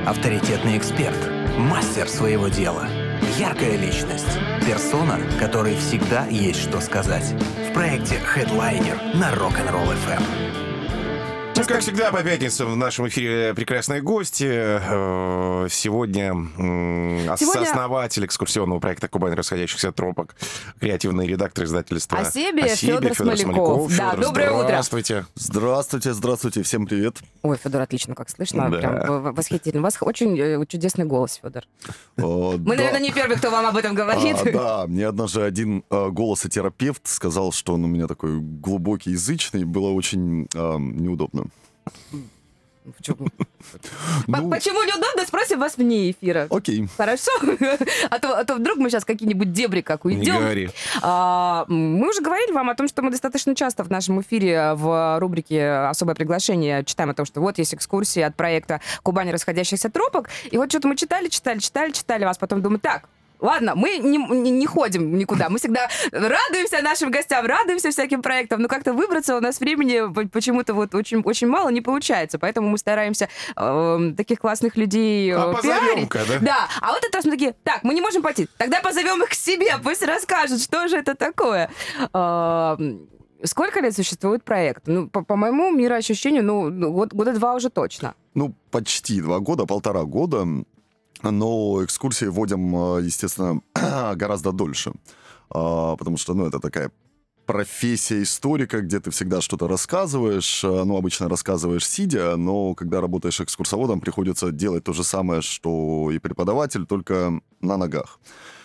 Авторитетный эксперт, мастер своего дела, яркая личность, персона, которой всегда есть что сказать. В проекте Headliner на Rock'n'Roll FM. Ну, как всегда, по пятницам в нашем эфире прекрасные гости. Сегодня сооснователь экскурсионного проекта «Кубань расходящихся тропок», креативный редактор издательства «Осебе» Федор Смоляков. Да, Федор, доброе утро. Здравствуйте. Здравствуйте, всем привет. Ой, Федор, отлично, как слышно. Да. Прям восхитительно. У вас очень чудесный голос, Федор. Мы, наверное, не первый, кто вам об этом говорит. Да, мне однажды один голосотерапевт сказал, что он у меня такой глубокий, язычный, было очень неудобно. Почему неудобно, спросим вас вне эфира. Окей. Хорошо? А то вдруг мы сейчас какие-нибудь дебри как уйдем. Не говори. Мы уже говорили вам о том, что мы достаточно часто в нашем эфире в рубрике «Особое приглашение» читаем о том, что вот есть экскурсии от проекта «Кубань расходящихся тропок». И вот что-то мы читали вас, потом думаем, так, ладно, мы не ходим никуда. Мы всегда радуемся нашим гостям, радуемся всяким проектам, но как-то выбраться у нас времени почему-то вот очень, очень мало не получается. Поэтому мы стараемся таких классных людей пиарить. Позовем-ка, да? Да, а вот этот раз мы такие, так, мы не можем пойти, тогда позовем их к себе, пусть расскажут, что же это такое. Сколько лет существует проект? Ну, по моему мироощущению, года 2 уже точно. Ну, почти 2 года, 1,5 года. Но экскурсии вводим, естественно, гораздо дольше. Потому что, это такая профессия историка, где ты всегда что-то рассказываешь. Обычно рассказываешь сидя, но когда работаешь экскурсоводом, приходится делать то же самое, что и преподаватель, только на ногах.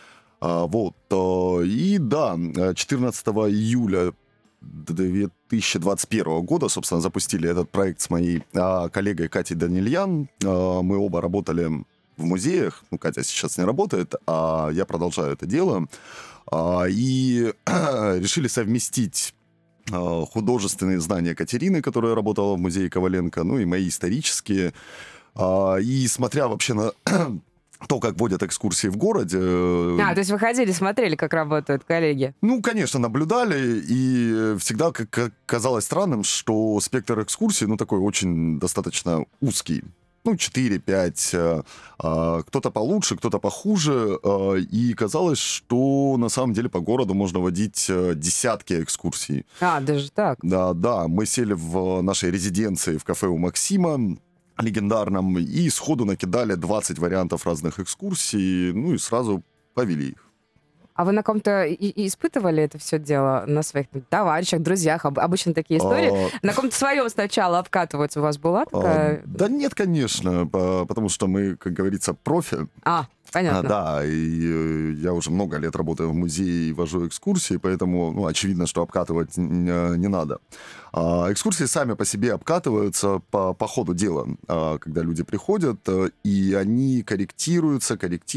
И да, 14 июля 2021 года, собственно, запустили этот проект с моей коллегой Катей Данильян. Мы оба работали в музеях. Катя сейчас не работает, а я продолжаю это дело. И решили совместить художественные знания Катерины, которая работала в музее Коваленко, и мои исторические. И смотря вообще на то, как водят экскурсии в городе... То есть вы ходили, смотрели, как работают коллеги? Конечно, наблюдали, и всегда казалось странным, что спектр экскурсий, такой очень достаточно узкий. 4-5, кто-то получше, кто-то похуже, и казалось, что на самом деле по городу можно водить десятки экскурсий. Даже так? Да, мы сели в нашей резиденции в кафе у Максима, легендарном, и сходу накидали 20 вариантов разных экскурсий, и сразу повели их. А вы на ком-то и испытывали это все дело? На своих товарищах, друзьях? Обычно такие истории. На ком-то своем сначала обкатываться у вас была такая? Да нет, конечно, потому что мы, как говорится, профи. Понятно. Да, и я уже много лет работаю в музее и вожу экскурсии, поэтому, очевидно, что обкатывать не надо. Экскурсии сами по себе обкатываются по ходу дела, когда люди приходят, и они корректируются,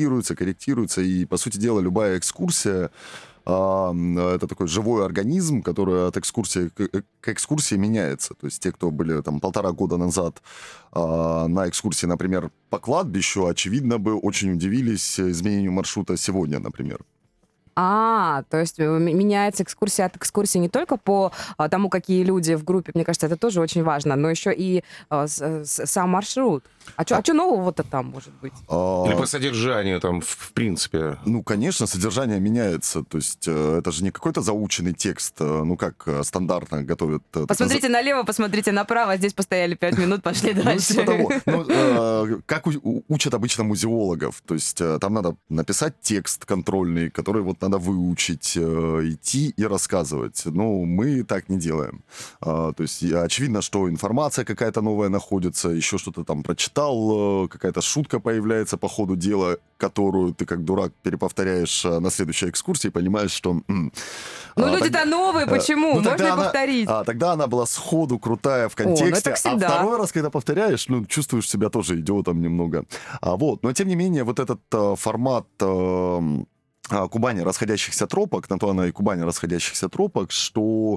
и, по сути дела, любая экскурсия это такой живой организм, который от экскурсии к экскурсии меняется. То есть те, кто были 1,5 года назад на экскурсии, например, по кладбищу, очевидно бы очень удивились изменению маршрута сегодня, например. То есть меняется экскурсия от экскурсии не только по тому, какие люди в группе, мне кажется, это тоже очень важно, но еще и сам маршрут. А что нового-то там может быть? Или по содержанию там, в принципе? Конечно, содержание меняется. То есть это же не какой-то заученный текст, как стандартно готовят. Посмотрите налево, посмотрите направо, здесь постояли 5 минут, пошли дальше. Типа того. Как учат обычно музеологов. То есть там надо написать текст контрольный, который надо выучить, идти и рассказывать. Мы так не делаем. То есть очевидно, что информация какая-то новая находится, еще что-то там прочитал, какая-то шутка появляется по ходу дела, которую ты как дурак переповторяешь на следующей экскурсии и понимаешь, что... люди-то новые, почему? Можно и повторить. Тогда она была сходу крутая в контексте, это всегда. А второй раз, когда повторяешь, чувствуешь себя тоже идиотом немного. Но тем не менее, этот формат... Кубани расходящихся тропок, на то она и Кубань расходящихся тропок, что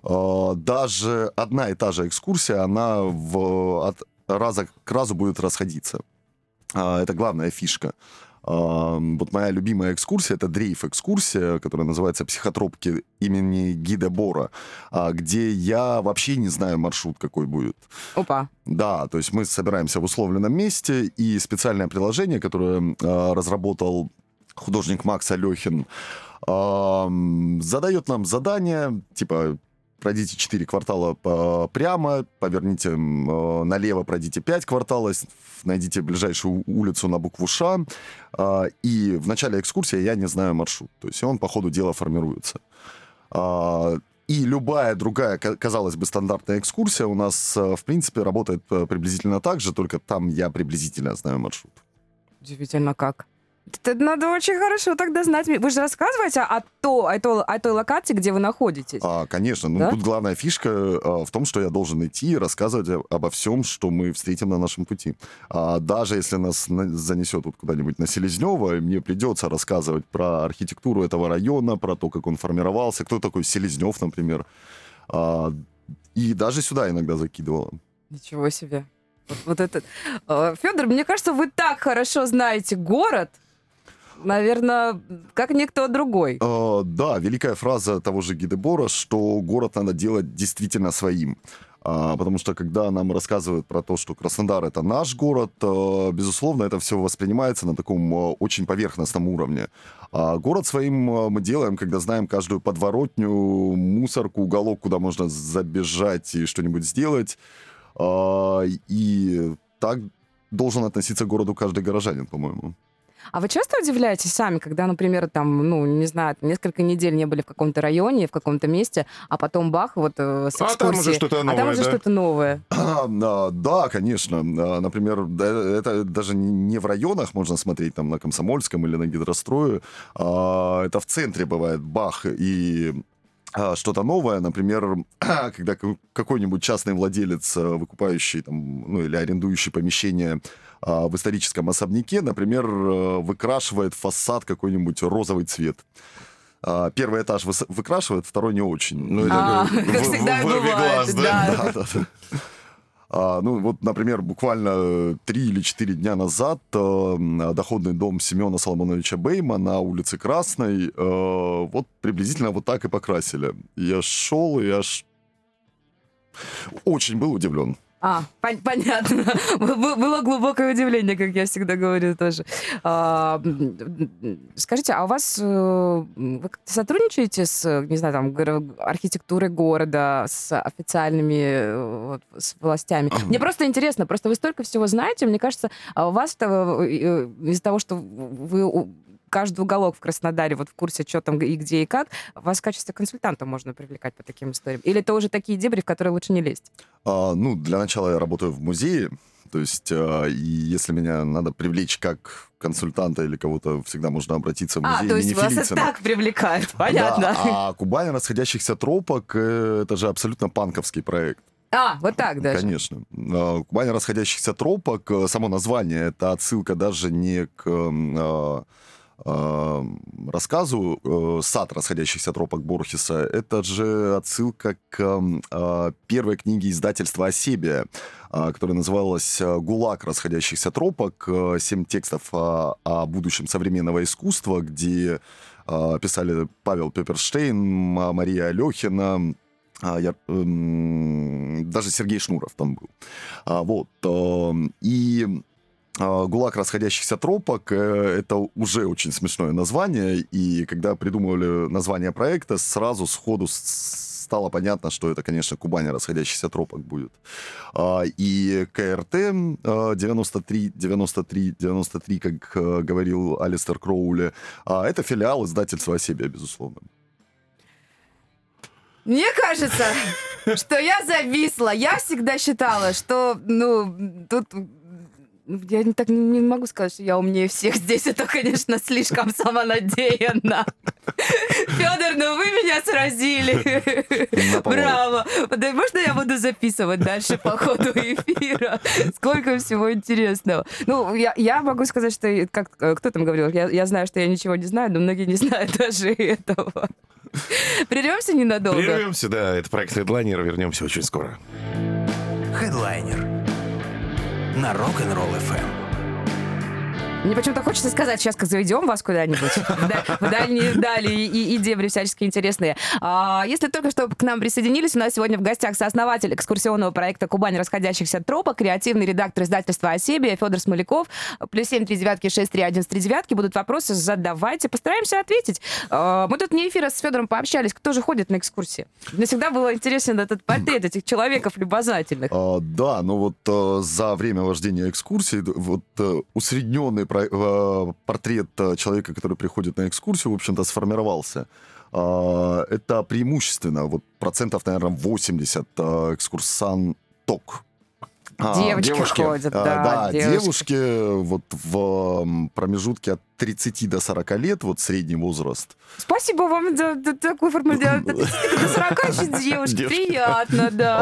даже одна и та же экскурсия, она от раза к разу будет расходиться. Это главная фишка. Вот моя любимая экскурсия — это дрейф-экскурсия, которая называется «Психотропки» имени Гиде Бора, где я вообще не знаю маршрут, какой будет. Опа. Да, то есть мы собираемся в условленном месте, и специальное приложение, которое разработал художник Макс Алехин, задает нам задание, типа, пройдите 4 квартала прямо, поверните налево, пройдите 5 кварталов, найдите ближайшую улицу на букву «Ш», и в начале экскурсии я не знаю маршрут. То есть он по ходу дела формируется. И любая другая, казалось бы, стандартная экскурсия у нас, в принципе, работает приблизительно так же, только там я приблизительно знаю маршрут. Удивительно как. Это надо очень хорошо тогда знать. Вы же рассказываете о той локации, где вы находитесь? Конечно. Да? Тут главная фишка в том, что я должен идти и рассказывать обо всем, что мы встретим на нашем пути. Даже если нас занесет вот куда-нибудь на Селезнево, мне придется рассказывать про архитектуру этого района, про то, как он формировался, кто такой Селезнев, например. И даже сюда иногда закидывала. Ничего себе. Вот это... Федор, мне кажется, вы так хорошо знаете город, наверное, как никто другой. Да, великая фраза того же Гиде Бора, что город надо делать действительно своим. Потому что, когда нам рассказывают про то, что Краснодар — это наш город, безусловно, это все воспринимается на таком очень поверхностном уровне. А город своим мы делаем, когда знаем каждую подворотню, мусорку, уголок, куда можно забежать и что-нибудь сделать. И так должен относиться к городу каждый горожанин, по-моему. А вы часто удивляетесь сами, когда, например, там, не знаю, несколько недель не были в каком-то районе, в каком-то месте, а потом бах, вот с экскурсии. А там уже что-то новое, там уже что-то новое. Да, конечно. Например, это даже не в районах можно смотреть, там, на Комсомольском или на Гидрострое. Это в центре бывает бах, и что-то новое, например, когда какой-нибудь частный владелец, выкупающий там, или арендующий помещение в историческом особняке, например, выкрашивает фасад какой-нибудь розовый цвет. Первый этаж выкрашивает, второй не очень. Как всегда бывает, да. Вот, например, буквально 3 или 4 дня назад доходный дом Семена Соломоновича Бейма на улице Красной вот приблизительно вот так и покрасили. Я шел, и аж очень был удивлен. Понятно. Было глубокое удивление, как я всегда говорю тоже. Скажите, а у вас вы как-то сотрудничаете с, не знаю, там, архитектурой города, с официальными с властями? Мне просто интересно, просто вы столько всего знаете, мне кажется, у вас из-за того, что вы каждый уголок в Краснодаре вот в курсе, что там и где и как, вас в качестве консультанта можно привлекать по таким историям? Или это уже такие дебри, в которые лучше не лезть? Для начала я работаю в музее, то есть и если меня надо привлечь как консультанта или кого-то, всегда можно обратиться в музей. То есть вас и так привлекают, понятно. Да, а «Кубань расходящихся тропок» — это же абсолютно панковский проект. Вот так даже? Конечно. «Кубань расходящихся тропок», само название, это отсылка даже не к рассказу «Сад расходящихся тропок» Борхеса, это же отсылка к первой книге издательства «Осебия», которая называлась «ГУЛАГ расходящихся тропок», 7 текстов о будущем современного искусства, где писали Павел Пепперштейн, Мария Алехина, даже Сергей Шнуров там был. И «ГУЛАГ расходящихся тропок» — это уже очень смешное название, и когда придумывали название проекта, сразу сходу стало понятно, что это, конечно, «Кубань расходящихся тропок» будет. И КРТ 93, как говорил Алистер Кроули, это филиал издательства «Осебия», безусловно. Мне кажется, что я зависла. Я всегда считала, что, тут... Я так не могу сказать, что я умнее всех здесь. Это, конечно, слишком самонадеянно. Федор, вы меня сразили. Браво. Можно я буду записывать дальше по ходу эфира? Сколько всего интересного. Я могу сказать, что... Кто там говорил? Я знаю, что я ничего не знаю, но многие не знают даже этого. Прервемся ненадолго? Прервемся, да. Это проект Headliner. Вернемся очень скоро. Headliner на Rock'n'Roll FM. Мне почему-то хочется сказать, сейчас как заведем вас куда-нибудь в дальние дали и дебри всяческие интересные. Если только что к нам присоединились, у нас сегодня в гостях сооснователь экскурсионного проекта «Кубань расходящихся тропок», креативный редактор издательства «Осебия» Федор Смоляков. +7 3 6 3 1 3 9. Будут вопросы, задавайте, постараемся ответить. Мы тут вне эфира с Федором пообщались, кто же ходит на экскурсии. Мне всегда было интересен этот портрет этих человеков любознательных. Да, но вот за время вождения экскурсии вот усредненный портрет человека, который приходит на экскурсию, в общем-то, сформировался. Это преимущественно, вот процентов, наверное, 80 экскурсанток. Девочки ходят, да. Девушки вот в промежутке от 30 до 40 лет, вот средний возраст. Спасибо вам за такую формулировку. До 30 до 40 еще девушки. Приятно, да.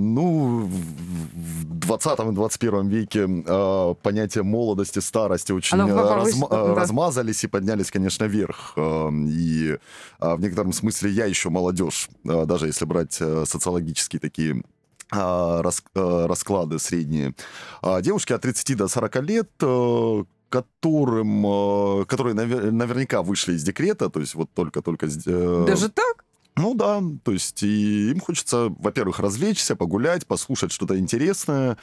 В 20 и 21 веке понятия молодости, старости очень размазались и поднялись, конечно, вверх. И в некотором смысле я еще молодежь, даже если брать социологические такие расклады средние. Девушки от 30 до 40 лет, которые наверняка вышли из декрета, то есть вот только-только... Даже так? Ну да, то есть и им хочется, во-первых, развлечься, погулять, послушать что-то интересное.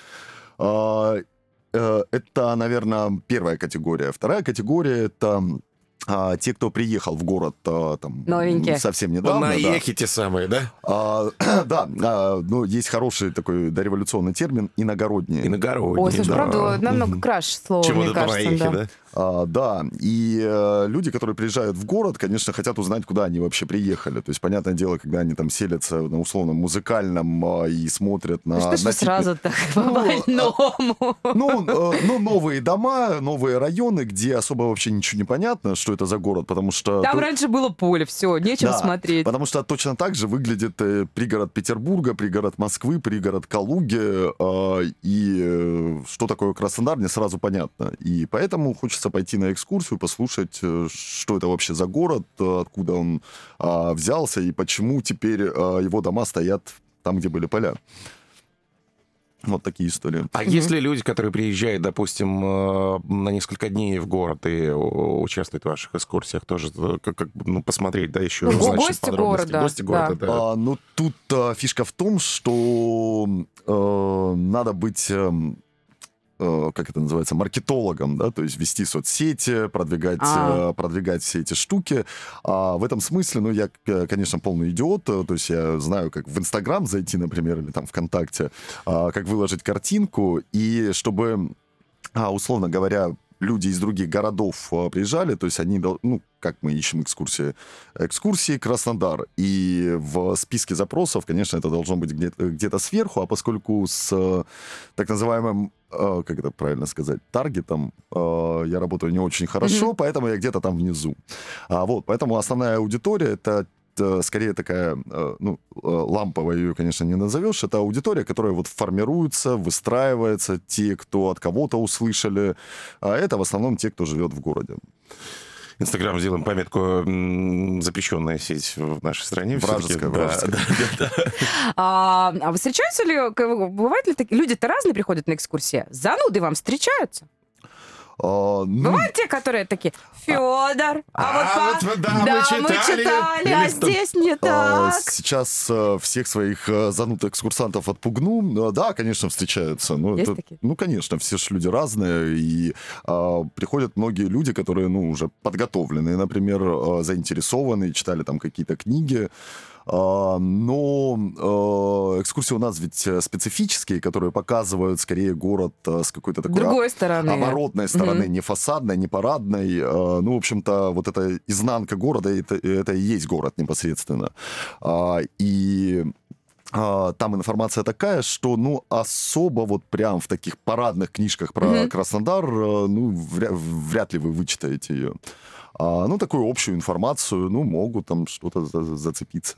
Это, наверное, первая категория. Вторая категория — это те, кто приехал в город там, совсем недавно. Наехи те самые, да? Да, ну, есть хороший такой дореволюционный термин «иногородние». Ой, слушай, правда, намного краше слово, мне кажется. Да. Да, и люди, которые приезжают в город, конечно, хотят узнать, куда они вообще приехали. То есть, понятное дело, когда они там селятся на условном музыкальном и смотрят на... Что ж сразу так по-больному? Ну, новые дома, новые районы, где особо вообще ничего не понятно, что это за город, потому что... Там раньше было поле, все, нечего смотреть. Потому что точно так же выглядит пригород Петербурга, пригород Москвы, пригород Калуги, и что такое Краснодар, не сразу понятно. И поэтому хочется пойти на экскурсию, послушать, что это вообще за город, откуда он взялся и почему теперь его дома стоят там, где были поля. Вот такие истории. А если люди, которые приезжают, допустим, на несколько дней в город и участвуют в ваших экскурсиях, тоже посмотреть, да, еще гости города. Гости города, да. Ну, тут фишка в том, что надо быть... как это называется, маркетологом, да, то есть вести соцсети, продвигать все эти штуки. В этом смысле, ну, я, конечно, полный идиот, то есть я знаю, как в Инстаграм зайти, например, или там ВКонтакте, как выложить картинку, и чтобы, условно говоря, люди из других городов приезжали, то есть они, ну, как мы ищем экскурсии Краснодар, и в списке запросов, конечно, это должно быть где-то сверху, а поскольку с так называемым, как это правильно сказать, таргетом я работаю не очень хорошо, поэтому я где-то там внизу. Вот, поэтому основная аудитория — это скорее такая, ну, ламповая ее, конечно, не назовешь. Это аудитория, которая вот формируется, выстраивается, те, кто от кого-то услышали. А это в основном те, кто живет в городе. Инстаграм, сделаем пометку, запрещенная сеть в нашей стране. Вражеская. А вы встречаются ли, бывают ли такие, люди-то разные приходят на экскурсии, зануды вам встречаются? Бывают те, которые такие: Федор, мы читали, а здесь не так. Сейчас всех своих зануд экскурсантов отпугну. Да, конечно, встречаются. Есть такие? Ну, конечно, все же люди разные. И приходят многие люди, которые, ну, уже подготовленные, например, заинтересованные, читали там какие-то книги. Но экскурсии у нас ведь специфические, которые показывают скорее город с какой-то такой другой стороны, оборотной стороны, не фасадной, не парадной. Ну, в общем-то, вот эта изнанка города, это и есть город непосредственно. И там информация такая, что, ну, особо вот прям в таких парадных книжках про Краснодар, ну, вряд ли вы вычитаете ее. Ну, такую общую информацию, ну, могут там что-то зацепиться.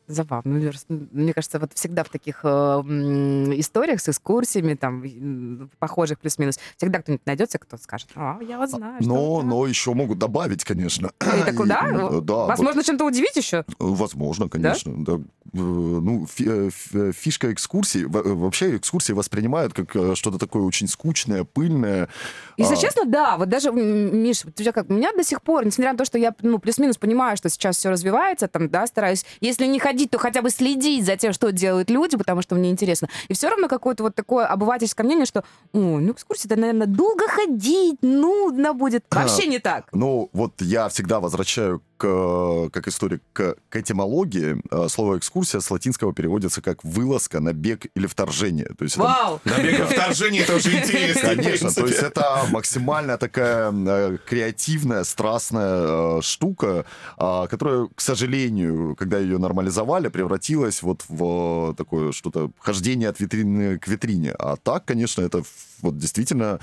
Забавно. Мне кажется, вот всегда в таких историях с экскурсиями, там, похожих плюс-минус, всегда кто-нибудь найдется, кто скажет, я вот знаю, что... Но еще могут добавить, конечно. Это куда? Да. Возможно, чем-то удивить еще? Возможно, конечно. Да? Ну, фишка экскурсий... Вообще экскурсии воспринимают как что-то такое очень скучное, пыльное. Если честно, да. Вот даже, Миш, у меня до сих пор, несмотря на то, что я плюс-минус понимаю, что сейчас все развивается, там, да, стараюсь, если не ходить, то хотя бы следить за тем, что делают люди, потому что мне интересно. И все равно какое-то вот такое обывательское мнение, что, экскурсии-то, наверное, долго ходить, нудно будет. Вообще не так. Ну, вот я всегда возвращаю как историк к этимологии. Слово «экскурсия» с латинского переводится как «вылазка, набег или вторжение». То есть Вау! Набег и вторжение — это уже интересно. Конечно, то есть это максимально такая креативная, страстная штука, которая, к сожалению, когда ее нормализовали, превратилась вот в такое что-то хождение от витрины к витрине. А так, конечно, это вот действительно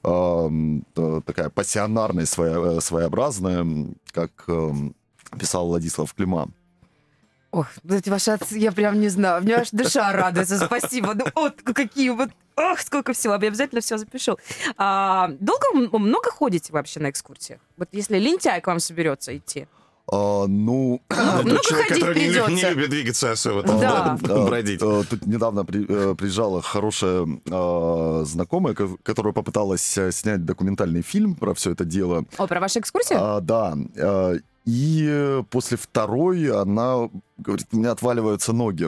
такая пассионарная, своеобразная, как писал Владислав Клима. Ох, эти ваши отцы, я прям не знаю, у меня аж душа радуется, спасибо. Какие вот, сколько всего, я обязательно все запишу. Много ходите вообще на экскурсиях? Вот если лентяй к вам соберется идти? Много человек, который не любит двигаться особо, да. бродить. Тут недавно приезжала хорошая знакомая, которая попыталась снять документальный фильм про все это дело. Про ваши экскурсии? Да. И после второй она говорит, у меня отваливаются ноги.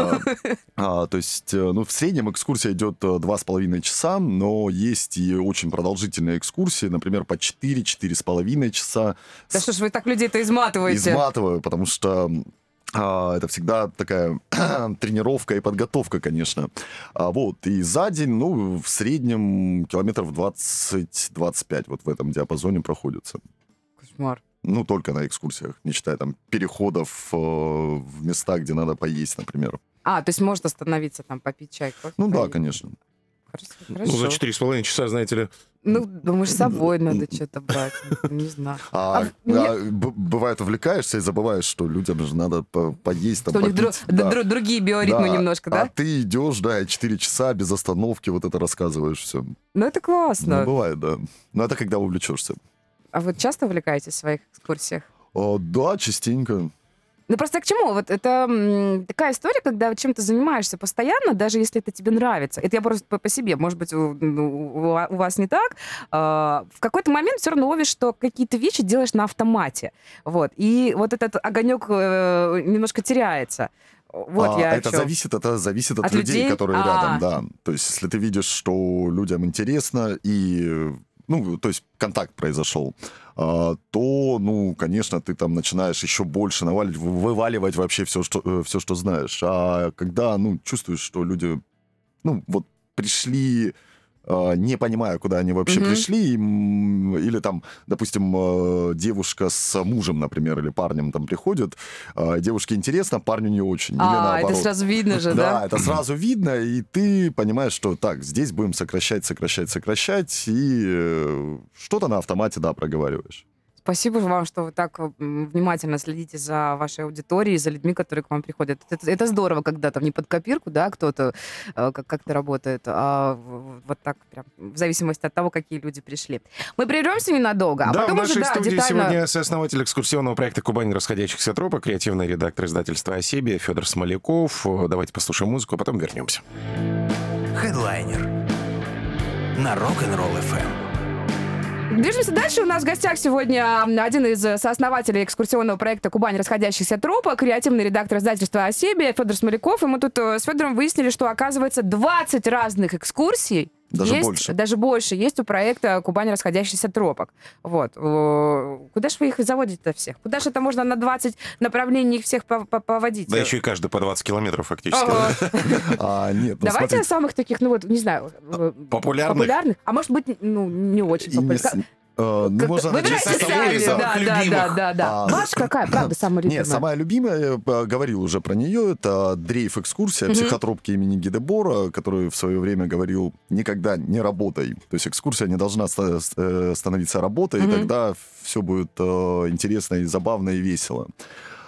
То есть, в среднем экскурсия идет 2,5 часа, но есть и очень продолжительные экскурсии, например, по 4-4,5 часа. Да что ж вы так людей-то изматываете? Изматываю, потому что это всегда такая тренировка и подготовка, конечно. И за день, в среднем километров 20-25 вот в этом диапазоне проходится. Кошмар. Только на экскурсиях, не считая там переходов в места, где надо поесть, например. То есть может остановиться там, попить чай, кофе? Да, конечно. Хорошо. За 4,5 часа, знаете ли. Думаешь, с собой надо что-то брать, не знаю. Бывает, увлекаешься и забываешь, что людям же надо поесть, там, попить. Что у них другие биоритмы немножко, да? А ты идешь, 4 часа без остановки вот это рассказываешь все. Это классно. Бывает, да. Но это когда увлечешься. А вы часто увлекаетесь в своих экскурсиях? Да, частенько. Просто к чему? Вот это такая история, когда чем-то занимаешься постоянно, даже если это тебе нравится. Это я просто по себе. Может быть, у вас не так. В какой-то момент все равно ловишь, что какие-то вещи делаешь на автомате. И вот этот огонек немножко теряется. Это зависит от людей, которые рядом, да. То есть, если ты видишь, что людям интересно и... то есть контакт произошел, то, конечно, ты там начинаешь еще больше вываливать вообще все, что знаешь. А когда, чувствуешь, что люди, пришли, не понимая, куда они вообще пришли, или там, допустим, девушка с мужем, например, или парнем там приходит, девушке интересно, парню не очень, или наоборот. Это сразу видно же, да? Да, это сразу видно, и ты понимаешь, что так, здесь будем сокращать, и что-то на автомате, проговариваешь. Спасибо вам, что вы так внимательно следите за вашей аудиторией, за людьми, которые к вам приходят. Это здорово, когда там не под копирку, да, кто-то как-то работает, а вот так прям в зависимости от того, какие люди пришли. Мы прервемся ненадолго, а потом в нашей уже, студии детально... сегодня сооснователь экскурсионного проекта «Кубань расходящихся тропок», креативный редактор издательства «Осебия» Федор Смоляков. Давайте послушаем музыку, а потом вернемся. Хедлайнер на Rock'n'Roll FM. Движемся дальше. У нас в гостях сегодня один из сооснователей экскурсионного проекта «Кубань расходящихся тропок», креативный редактор издательства «Осебия» Федор Смоляков. И мы тут с Федором выяснили, что, оказывается, 20 разных экскурсий. Даже больше есть у проекта «Кубань расходящихся тропок». Куда же вы их заводите-то всех? Куда же это можно на 20 направлений их всех поводить? Да еще и каждый по 20 километров фактически. Нет, давайте самых таких, не знаю, популярных. А может быть, не очень популярных. Можно начать с самых любимых. Да. Ваша какая, правда, самая любимая? Нет, самая любимая, я говорил уже про нее, это дрейф-экскурсия, психотропки имени Гидебора, который в свое время говорил, никогда не работай. То есть экскурсия не должна становиться работой, и тогда все будет интересно и забавно, и весело.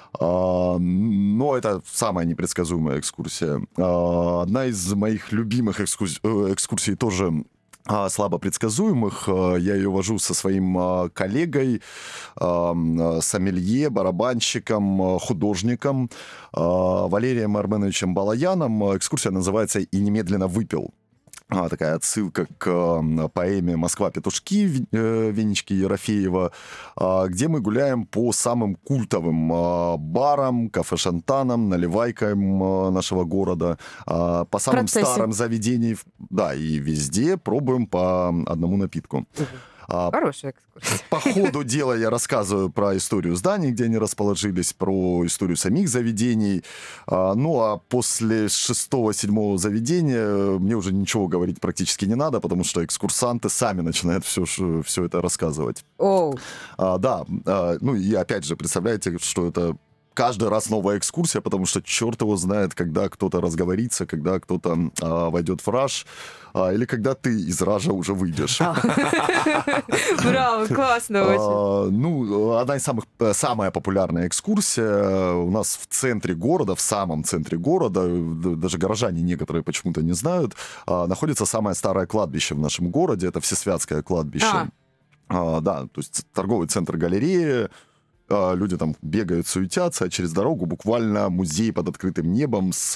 Но это самая непредсказуемая экскурсия. Одна из моих любимых экскурсий тоже слабо предсказуемых. Я ее вожу со своим коллегой, сомелье, барабанщиком, художником Валерием Арменовичем Балаяном. Экскурсия называется «И немедленно выпил». Такая отсылка к поэме «Москва-петушки» Венечки Ерофеева, где мы гуляем по самым культовым барам, кафе-шантанам, наливайкам нашего города, по самым старым заведениям, да, и везде пробуем по одному напитку. Хорошая экскурсия. По ходу дела я рассказываю про историю зданий, где они расположились, про историю самих заведений. Ну, а после 6-7 заведения мне уже ничего говорить практически не надо, потому что экскурсанты сами начинают все это рассказывать. Да, ну и опять же, представляете, что это каждый раз новая экскурсия, потому что черт его знает, когда кто-то разговорится, когда кто-то войдет в раж, или когда ты из ража уже выйдешь. Браво, классно очень. Ну, одна из самая популярная экскурсия у нас в центре города, в самом центре города, даже горожане некоторые почему-то не знают, находится самое старое кладбище в нашем городе, это Всесвятское кладбище. Да, то есть торговый центр галереи, люди там бегают, суетятся, а через дорогу буквально музей под открытым небом с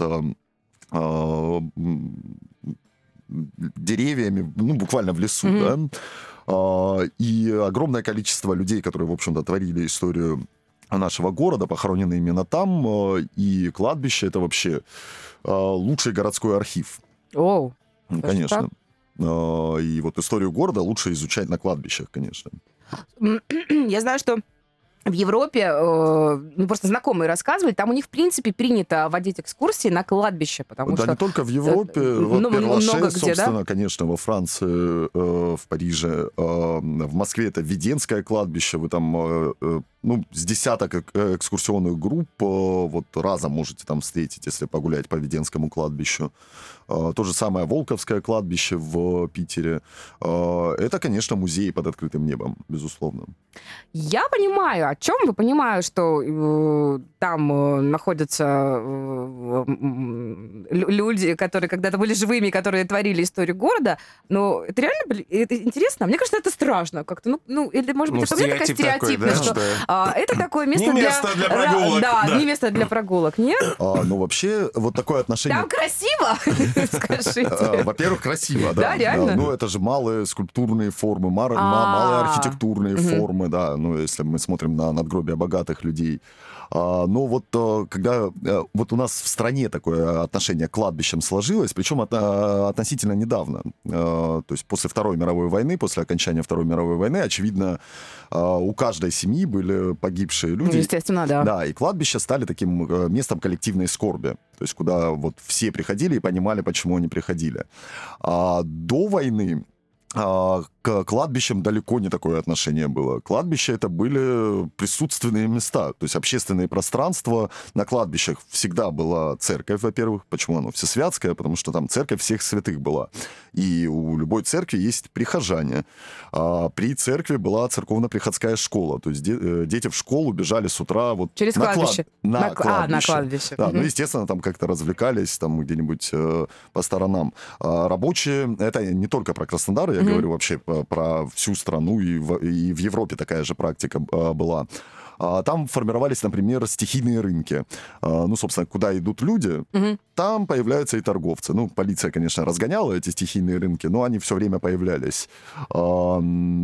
деревьями, ну, буквально в лесу, да. И огромное количество людей, которые, в общем-то, творили историю нашего города, похоронены именно там. И кладбище — это вообще лучший городской архив. Конечно. И вот историю города лучше изучать на кладбищах, конечно. Я знаю, что в Европе, ну, просто знакомые рассказывали, там у них, в принципе, принято водить экскурсии на кладбище, потому что... Да, не только в Европе. Вот Перлаше, собственно, да? Конечно, во Франции, в Париже, в Москве это Веденское кладбище, вы там, ну, с десяток экскурсионных групп вот разом можете там встретить, если погулять по Веденскому кладбищу. То же самое Волковское кладбище в Питере. Это, конечно, музей под открытым небом, безусловно. Я понимаю, о чем вы понимаете, что там находятся люди, которые когда-то были живыми, которые творили историю города, но это реально это интересно. Мне кажется, это страшно как-то. Ну или, может быть, это у меня такая стереотипная, что это такое место не место для прогулок. Да, не место для прогулок, нет? Ну, вообще, вот такое отношение... Там красиво, скажите. Во-первых, красиво, да. Да, реально? Ну, это же малые скульптурные формы, малые архитектурные формы, да. Ну, если мы смотрим на надгробия богатых людей. Но вот когда вот у нас в стране такое отношение к кладбищам сложилось, причем относительно недавно, то есть после Второй мировой войны, после окончания Второй мировой войны, очевидно, у каждой семьи были погибшие люди. Естественно, да. Да, и кладбища стали таким местом коллективной скорби, то есть куда вот все приходили и понимали, почему они приходили. До войны к кладбищам далеко не такое отношение было. Кладбища — это были присутственные места, то есть общественные пространства. На кладбищах всегда была церковь, во-первых. Почему оно всесвятское? Потому что там церковь всех святых была. И у любой церкви есть прихожане. При церкви была церковно-приходская школа. То есть дети в школу бежали с утра вот через кладбище. На кладбище. Да, ну, естественно, там как-то развлекались там где-нибудь по сторонам. Рабочие — это не только про Краснодар, я говорю вообще про всю страну, и в Европе такая же практика была. Там формировались, например, стихийные рынки. Ну, собственно, куда идут люди, там появляются и торговцы. Ну, полиция, конечно, разгоняла эти стихийные рынки, но они все время появлялись. В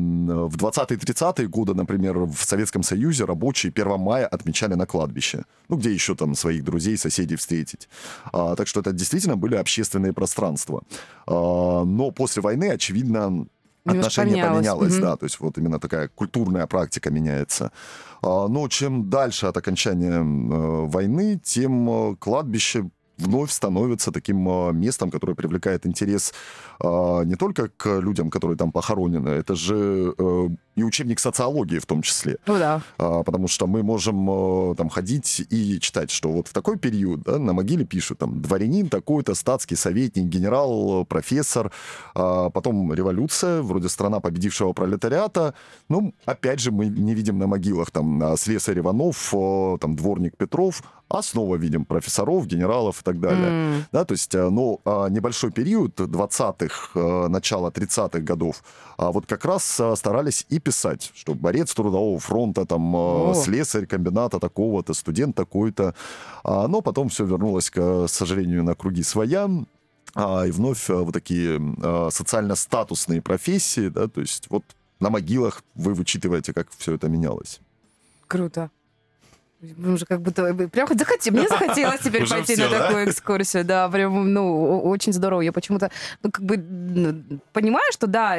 20-30-е годы, например, в Советском Союзе рабочие 1 мая отмечали на кладбище. Ну, где еще там своих друзей, соседей встретить. Так что это действительно были общественные пространства. Но после войны, очевидно, отношение поменялось, да, то есть вот именно такая культурная практика меняется. Но чем дальше от окончания войны, тем кладбище вновь становится таким местом, которое привлекает интерес не только к людям, которые там похоронены, это же и учебник социологии в том числе. Ну да. Потому что мы можем там ходить и читать, что вот в такой период, да, на могиле пишут там дворянин такой-то, статский советник, генерал, профессор, потом революция, вроде страна победившего пролетариата. Ну, опять же, мы не видим на могилах там слесарь Иванов, там дворник Петров, а снова видим профессоров, генералов и так далее. Да, то есть, ну, небольшой период 20-х, начало 30-х годов, вот как раз старались и писать, что борец Трудового фронта, там, слесарь комбината такого-то, студент такой-то. Но потом все вернулось, к сожалению, на круги своя. И вновь вот такие социально-статусные профессии, да, то есть вот на могилах вы вычитываете, как все это менялось. Круто. Мы уже как будто... Прям мне захотелось теперь пойти на такую экскурсию. Да, прям, ну, очень здорово. Я почему-то, ну, как бы понимаю, что да,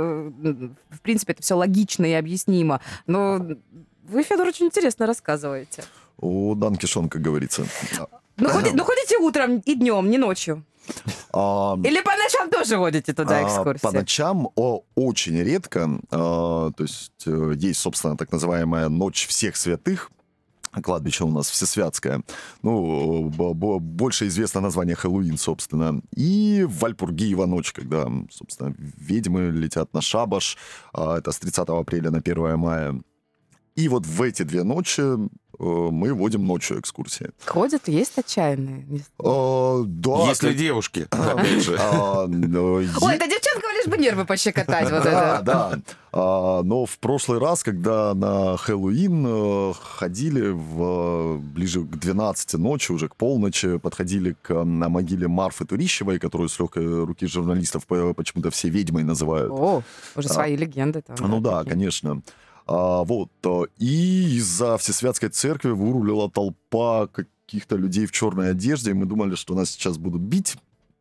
в принципе, это все логично и объяснимо, но вы, Федор, очень интересно рассказываете. О, Дан Кишон, как говорится. Ну, ходите утром и днем, не ночью. Или по ночам тоже водите туда экскурсии? По ночам очень редко. То есть есть, собственно, так называемая «Ночь всех святых». Кладбище у нас всесвятское. Ну, больше известно название Хэллоуин, собственно. И Вальпургиева ночь, когда, собственно, ведьмы летят на шабаш. Это с 30 апреля на 1 мая. И вот в эти 2 ночи мы водим ночью экскурсии. Ходят, есть отчаянные? Да. Есть ли девушки? Опять же. Ой, это девчонкам лишь бы нервы пощекотать. Да. Но в прошлый раз, когда на Хэллоуин ходили ближе к 12 ночи, уже к полночи, подходили на могиле Марфы Турищевой, которую с легкой руки журналистов почему-то все ведьмой называют. О, уже свои легенды там. Ну да, конечно. Вот. И из-за Всесвятской церкви вырулила толпа каких-то людей в черной одежде, и мы думали, что нас сейчас будут бить.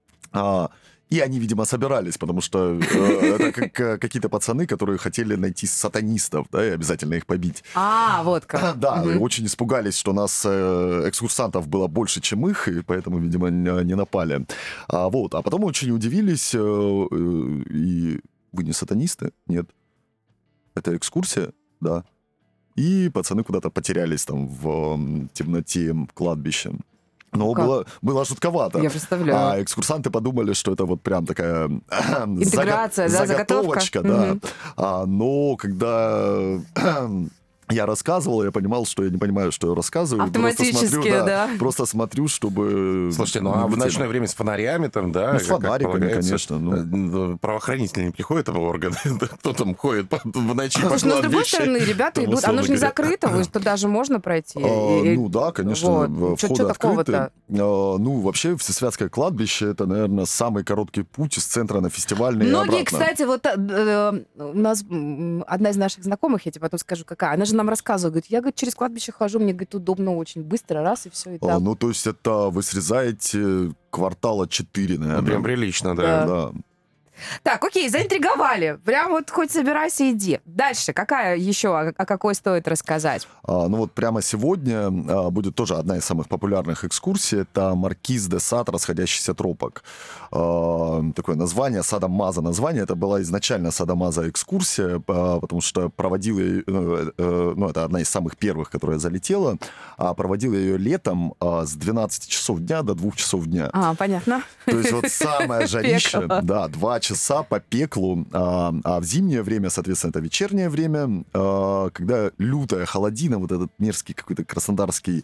И они, видимо, собирались, потому что это как какие-то пацаны, которые хотели найти сатанистов, да, и обязательно их побить. Вот как. Да, очень испугались, что нас, экскурсантов, было больше, чем их, и поэтому, видимо, не напали. Вот. А потом очень удивились, и вы не сатанисты? Нет. Это экскурсия? Да. И пацаны куда-то потерялись там в темноте кладбища. Но было жутковато. Я представляю. А экскурсанты подумали, что это вот прям такая интеграция, заготовочка, да. Но когда я рассказывал, я понимал, что я не понимаю, что я рассказываю. Автоматически, да. Просто смотрю, чтобы... Слушайте, ну а в ночное время с фонарями там, да? Ну, с фонариками, конечно. Правоохранители не приходят в органы? Кто там ходит в ночи по кладбищу? Но с другой стороны, ребята идут, оно же не закрыто, туда же можно пройти. Ну да, конечно, входы открыты. Ну, вообще, Всесвятское кладбище — это, наверное, самый короткий путь из центра на Фестивальный и обратно. Многие, кстати, вот у нас одна из наших знакомых, я тебе потом скажу, какая, она же нам рассказывала, говорит, я, говорит, через кладбище хожу, мне, говорит, удобно очень, быстро, раз, и все, и так. Ну, то есть это вы срезаете квартала 4, наверное. Прям прилично, да. Так, окей, заинтриговали. Прям вот хоть собирайся, иди. Дальше, какая еще, о какой стоит рассказать? Ну вот прямо сегодня будет тоже одна из самых популярных экскурсий. Это Маркиз де Сад, расходящийся тропок. Такое название, Садо-Мазо название. Это была изначально Садо-Мазо экскурсия, потому что проводила, ну это одна из самых первых, которая залетела, проводила ее летом с 12 часов дня до 2 часов дня. Понятно. То есть вот самое жарище, да, 2 часа по пеклу, а в зимнее время, соответственно, это вечернее время, когда лютая холодина, вот этот мерзкий какой-то краснодарский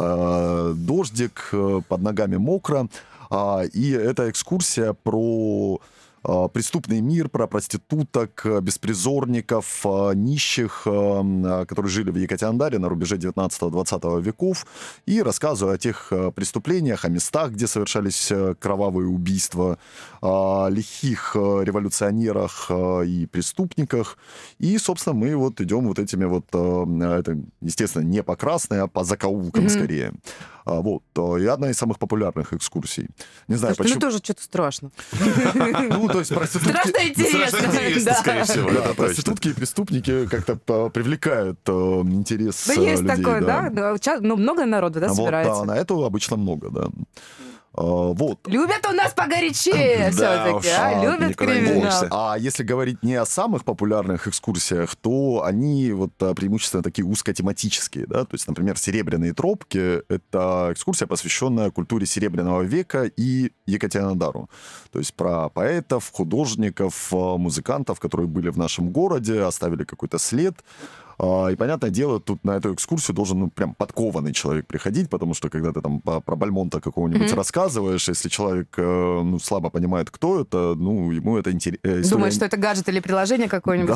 дождик, под ногами мокро, и это экскурсия про преступный мир, про проституток, беспризорников, нищих, которые жили в Екатеринодаре на рубеже 19-20 веков, и рассказываю о тех преступлениях, о местах, где совершались кровавые убийства, о лихих революционерах и преступниках. И, собственно, мы вот идем вот этими вот, это, естественно, не по красной, а по закоулкам скорее. Вот. И одна из самых популярных экскурсий. Не знаю, почему. Ну, тоже что-то страшно. Ну, то есть проститутки... Страшно интересно, скорее всего. Да, проститутки и преступники как-то привлекают интерес людей. Да есть такое, да? Ну, много народу, да, собирается? Вот, на это обычно много, да. Вот. Любят у нас погорячее все-таки, любят криминал. А если говорить не о самых популярных экскурсиях, то они вот преимущественно такие узкотематические, да, то есть, например, «Серебряные тропки» — это экскурсия, посвященная культуре Серебряного века и Екатеринодару. То есть про поэтов, художников, музыкантов, которые были в нашем городе, оставили какой-то след. И, понятное дело, тут на эту экскурсию должен прям подкованный человек приходить, потому что когда ты там про Бальмонта какого-нибудь рассказываешь, если человек слабо понимает, кто это, ему это интересно. Думает, что это гаджет или приложение какое-нибудь.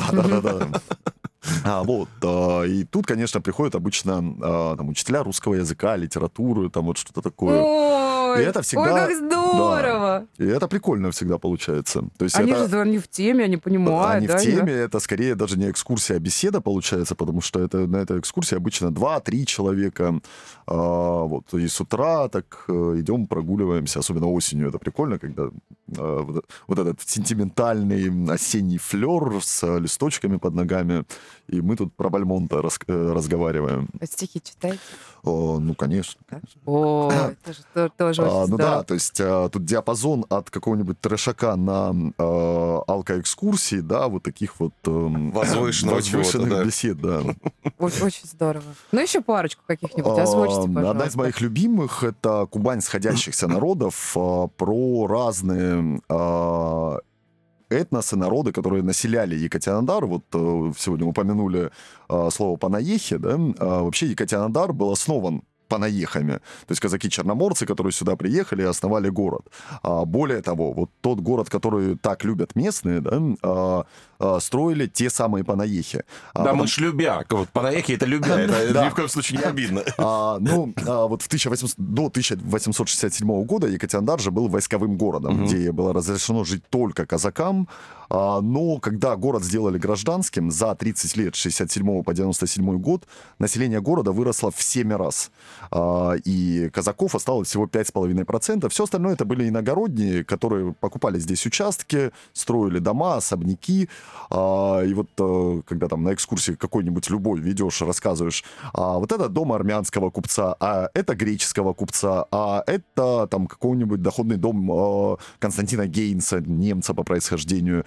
Да. И тут, конечно, приходят обычно учителя русского языка, литературы, там вот что-то такое. Ой, и это всегда, как здорово! Да, и это прикольно всегда получается. То есть они это, же не в теме, они понимают. Они в теме, это скорее даже не экскурсия, а беседа получается, потому что на этой экскурсии обычно 2-3 человека. И с утра так идем, прогуливаемся, особенно осенью. Это прикольно, когда вот этот сентиментальный осенний флер с листочками под ногами. И мы тут про Бальмонта разговариваем. Стихи читаете? Конечно. О, это же тоже очень здорово. Да, то есть тут диапазон от какого-нибудь трешака на алкоэкскурсии, да, вот таких вот возвышенных бесед, да. Очень здорово. Еще парочку каких-нибудь озвучите, пожалуйста. Одна из моих любимых — это «Кубань сходящихся народов», про разные этносы, народы, которые населяли Екатеринодар. Вот сегодня упомянули слово «панаехи», да. Вообще Екатеринодар был основан панаехами. То есть казаки-черноморцы, которые сюда приехали и основали город. Более того, вот тот город, который так любят местные, да, строили те самые панаехи. Да, мы ж любя. Вот панаехи — это любя. Это ни в коем случае не обидно. Вот до 1867 года Екатеринодар же был войсковым городом, где было разрешено жить только казакам. Но когда город сделали гражданским, за 30 лет, с 67 по 97 год, население города выросло в 7 раз. И казаков осталось всего 5,5%. Все остальное это были иногородние, которые покупали здесь участки, строили дома, особняки. И вот когда там на экскурсии какой-нибудь любой ведешь, рассказываешь, вот это дом армянского купца, а это греческого купца, а это там какой-нибудь доходный дом Константина Гейнса, немца по происхождению.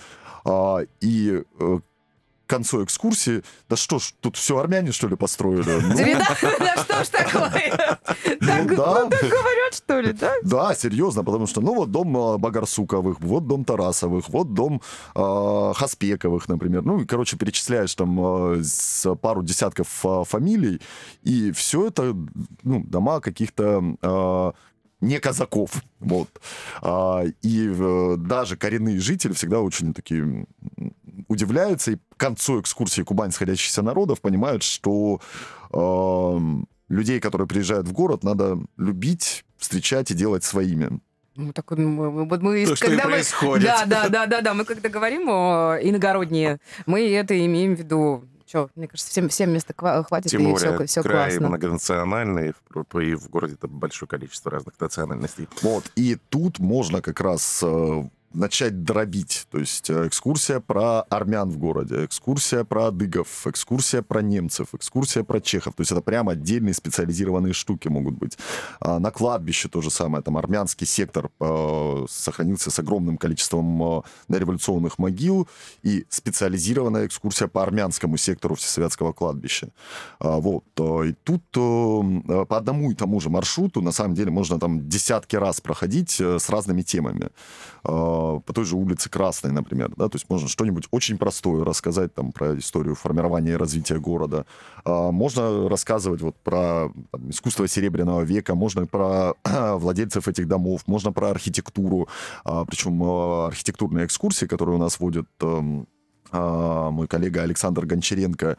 И к концу экскурсии, да что ж, тут все армяне, что ли, построили? Да что ж такое? Так говорят, что ли, да? Да, серьезно, потому что, вот дом Багарсуковых, вот дом Тарасовых, вот дом Хаспековых, например. Перечисляешь там пару десятков фамилий, и все это, дома каких-то не казаков. Вот. И даже коренные жители всегда очень такие удивляются, и к концу экскурсии «Кубань сходящихся народов» понимают, что людей, которые приезжают в город, надо любить, встречать и делать своими. Что и происходит. Да. Мы когда говорим о иногородние, мы это имеем в виду. Мне кажется, всем места хватит, тем и более, все край классно. Многонациональный, и в городе это большое количество разных национальностей. Вот, и тут можно как раз начать дробить. То есть экскурсия про армян в городе, экскурсия про адыгов, экскурсия про немцев, экскурсия про чехов. То есть это прям отдельные специализированные штуки могут быть. На кладбище то же самое. Там армянский сектор сохранился с огромным количеством дореволюционных могил, и специализированная экскурсия по армянскому сектору Всесоветского кладбища. Вот. И тут по одному и тому же маршруту на самом деле можно там десятки раз проходить с разными темами. По той же улице Красной, например, да, то есть можно что-нибудь очень простое рассказать там про историю формирования и развития города. Можно рассказывать вот про искусство Серебряного века, можно про владельцев этих домов, можно про архитектуру, причем архитектурные экскурсии, которые у нас водят мой коллега Александр Гончаренко,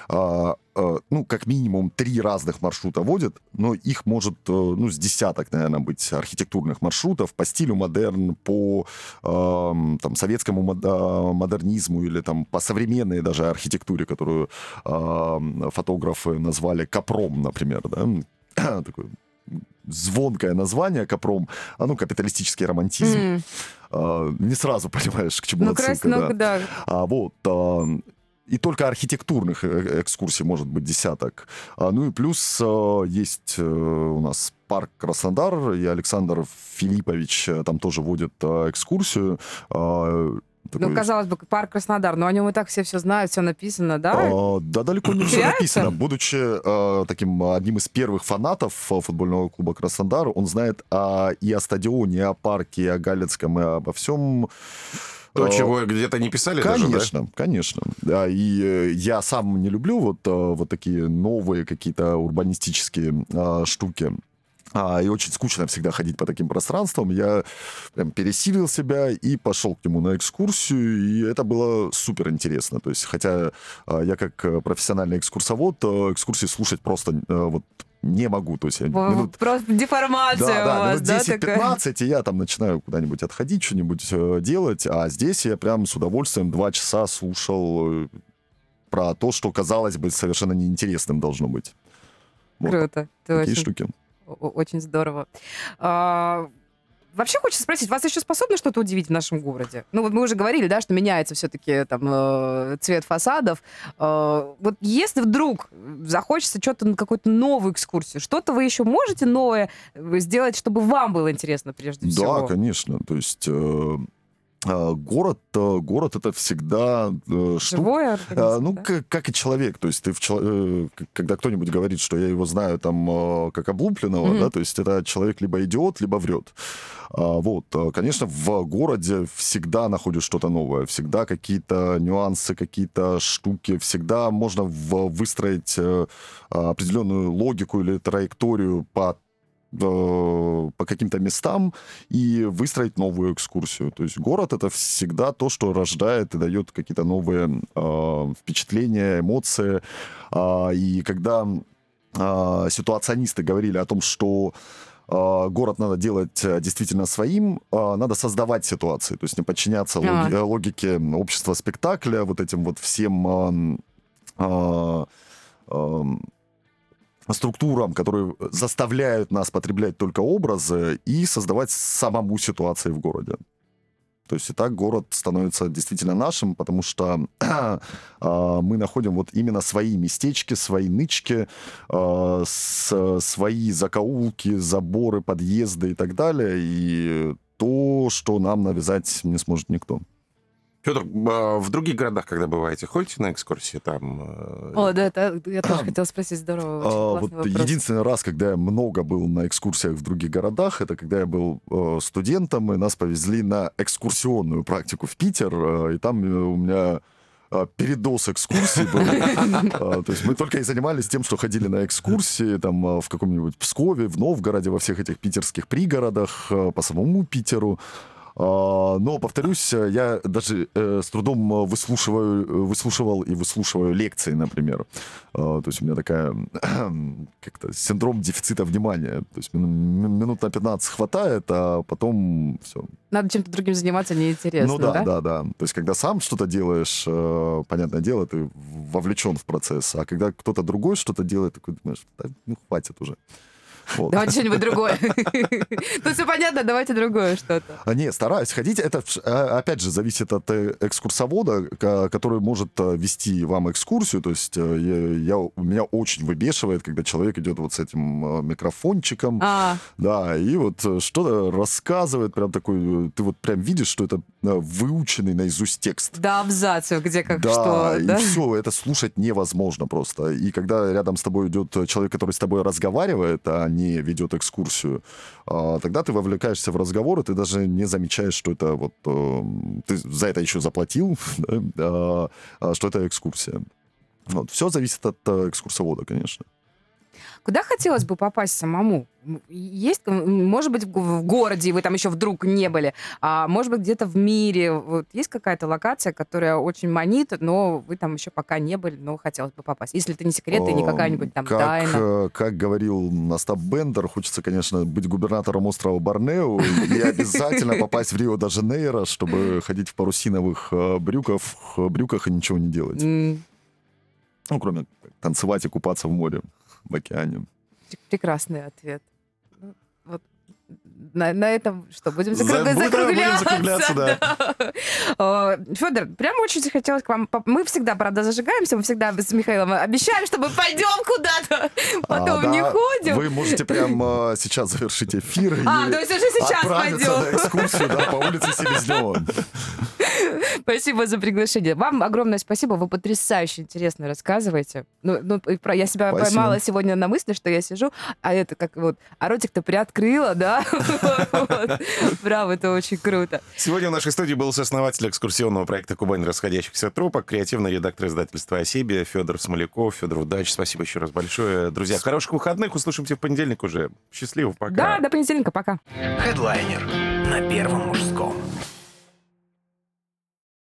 как минимум 3 разных маршрута водит, но их может, с десяток, наверное, быть архитектурных маршрутов по стилю модерн, по советскому модернизму или там по современной даже архитектуре, которую фотографы назвали Капром, например, да, такой звонкое название Капром, капиталистический романтизм. Не сразу понимаешь, к чему отсылка. Да. и только архитектурных экскурсий может быть десяток. Ну и плюс есть у нас парк Краснодар, и Александр Филиппович там тоже водит экскурсию. Ну, казалось бы, парк Краснодар, но о нем и так все знают, все написано, да? Да, далеко не все написано. Будучи таким одним из первых фанатов футбольного клуба Краснодар, он знает и о стадионе, и о парке, и о Галицком, и обо всем. То, чего где-то не писали конечно, даже, да? Конечно. Да, и я сам не люблю вот такие новые какие-то урбанистические штуки. И очень скучно всегда ходить по таким пространствам. Я прям пересилил себя и пошел к нему на экскурсию, и это было супер интересно. То есть, хотя я как профессиональный экскурсовод экскурсии слушать просто вот не могу. То есть просто деформация у вас, да? 10-15, и я там начинаю куда-нибудь отходить, что-нибудь делать. А здесь я прям с удовольствием 2 часа слушал про то, что, казалось бы, совершенно неинтересным должно быть. Вот. Круто. Такие штуки. Очень здорово. Вообще хочется спросить, вас еще способны что-то удивить в нашем городе? Ну, вот мы уже говорили, да, что меняется все-таки там цвет фасадов. Вот если вдруг захочется что-то, какую-то новую экскурсию, что-то вы еще можете новое сделать, чтобы вам было интересно прежде всего? Да, конечно. То есть... Город это всегда живой организм, да? как и человек. То есть когда кто-нибудь говорит, что я его знаю там как облупленного, да, то есть это человек либо идиот, либо врет. Вот, конечно, в городе всегда находишь что-то новое, всегда какие-то нюансы, какие-то штуки, всегда можно выстроить определенную логику или траекторию по каким-то местам и выстроить новую экскурсию. То есть город — это всегда то, что рождает и дает какие-то новые впечатления, эмоции. И когда ситуационисты говорили о том, что город надо делать действительно своим, надо создавать ситуации, то есть не подчиняться логике общества спектакля, вот этим вот всем структурам, которые заставляют нас потреблять только образы и создавать самому ситуации в городе. То есть и так город становится действительно нашим, потому что мы находим вот именно свои местечки, свои нычки, свои закоулки, заборы, подъезды и так далее, и то, что нам навязать не сможет никто. Федор, в других городах, когда бываете, ходите на экскурсии там? О, да, это я тоже хотела спросить, здорово. Вот единственный раз, когда я много был на экскурсиях в других городах, это когда я был студентом, и нас повезли на экскурсионную практику в Питер, и там у меня передоз экскурсий был. То есть мы только и занимались тем, что ходили на экскурсии там в каком-нибудь Пскове, в Новгороде, во всех этих питерских пригородах, по самому Питеру. Но, повторюсь, я даже с трудом выслушивал и выслушиваю лекции, например. То есть у меня такая как-то синдром дефицита внимания. То есть минут на 15 хватает, а потом все. Надо чем-то другим заниматься, неинтересно, да? Да. То есть когда сам что-то делаешь, понятное дело, ты вовлечен в процесс. А когда кто-то другой что-то делает, такой думаешь, ну хватит уже. Вот. Давайте что-нибудь другое. Ну, все понятно, давайте другое что-то. Не, стараюсь ходить. Это, опять же, зависит от экскурсовода, который может вести вам экскурсию. То есть меня очень выбешивает, когда человек идет вот с этим микрофончиком. Да, и вот что-то рассказывает, прям такой... Ты вот прям видишь, что это выученный наизусть текст. Да, абзацев, где как да, что. И все, это слушать невозможно просто. И когда рядом с тобой идет человек, который с тобой разговаривает, а не ведет экскурсию, тогда ты вовлекаешься в разговор, и ты даже не замечаешь, что это вот... Ты за это еще заплатил, что это экскурсия. Вот. Все зависит от экскурсовода, конечно. Куда хотелось бы попасть самому? Есть, может быть, в городе, вы там еще вдруг не были, а может быть, где-то в мире. Вот есть какая-то локация, которая очень манит, но вы там еще пока не были, но хотелось бы попасть. Если это не секрет и не какая-нибудь там тайна. Как говорил Остап Бендер, хочется, конечно, быть губернатором острова Борнео и обязательно попасть в Рио-де-Жанейро, чтобы ходить в парусиновых брюках и ничего не делать. Ну, кроме танцевать и купаться в море, в океане. Прекрасный ответ. Вот На этом что, будем Будем закругляться, да. Федор, прямо очень захотелось к вам... Мы всегда, правда, зажигаемся, мы всегда с Михаилом обещаем, что мы пойдем куда-то, потом не ходим. Вы можете прямо сейчас завершить эфир и то есть уже сейчас отправиться пойдем. на экскурсию по улице Селезнева. Спасибо за приглашение. Вам огромное спасибо, вы потрясающе интересно рассказываете. Я себя поймала сегодня на мысли, что я сижу, а это как ротик-то приоткрыла, да? Браво, это очень круто. Сегодня в нашей студии был сооснователь экскурсионного проекта «Кубань расходящихся тропок», креативный редактор издательства «Осебия» Федор Смоляков. Федор, удачи, спасибо еще раз большое. Друзья, хороших выходных, услышимся в понедельник уже. Счастливо, пока. Да, до понедельника, пока. Хедлайнер на Первом мужском.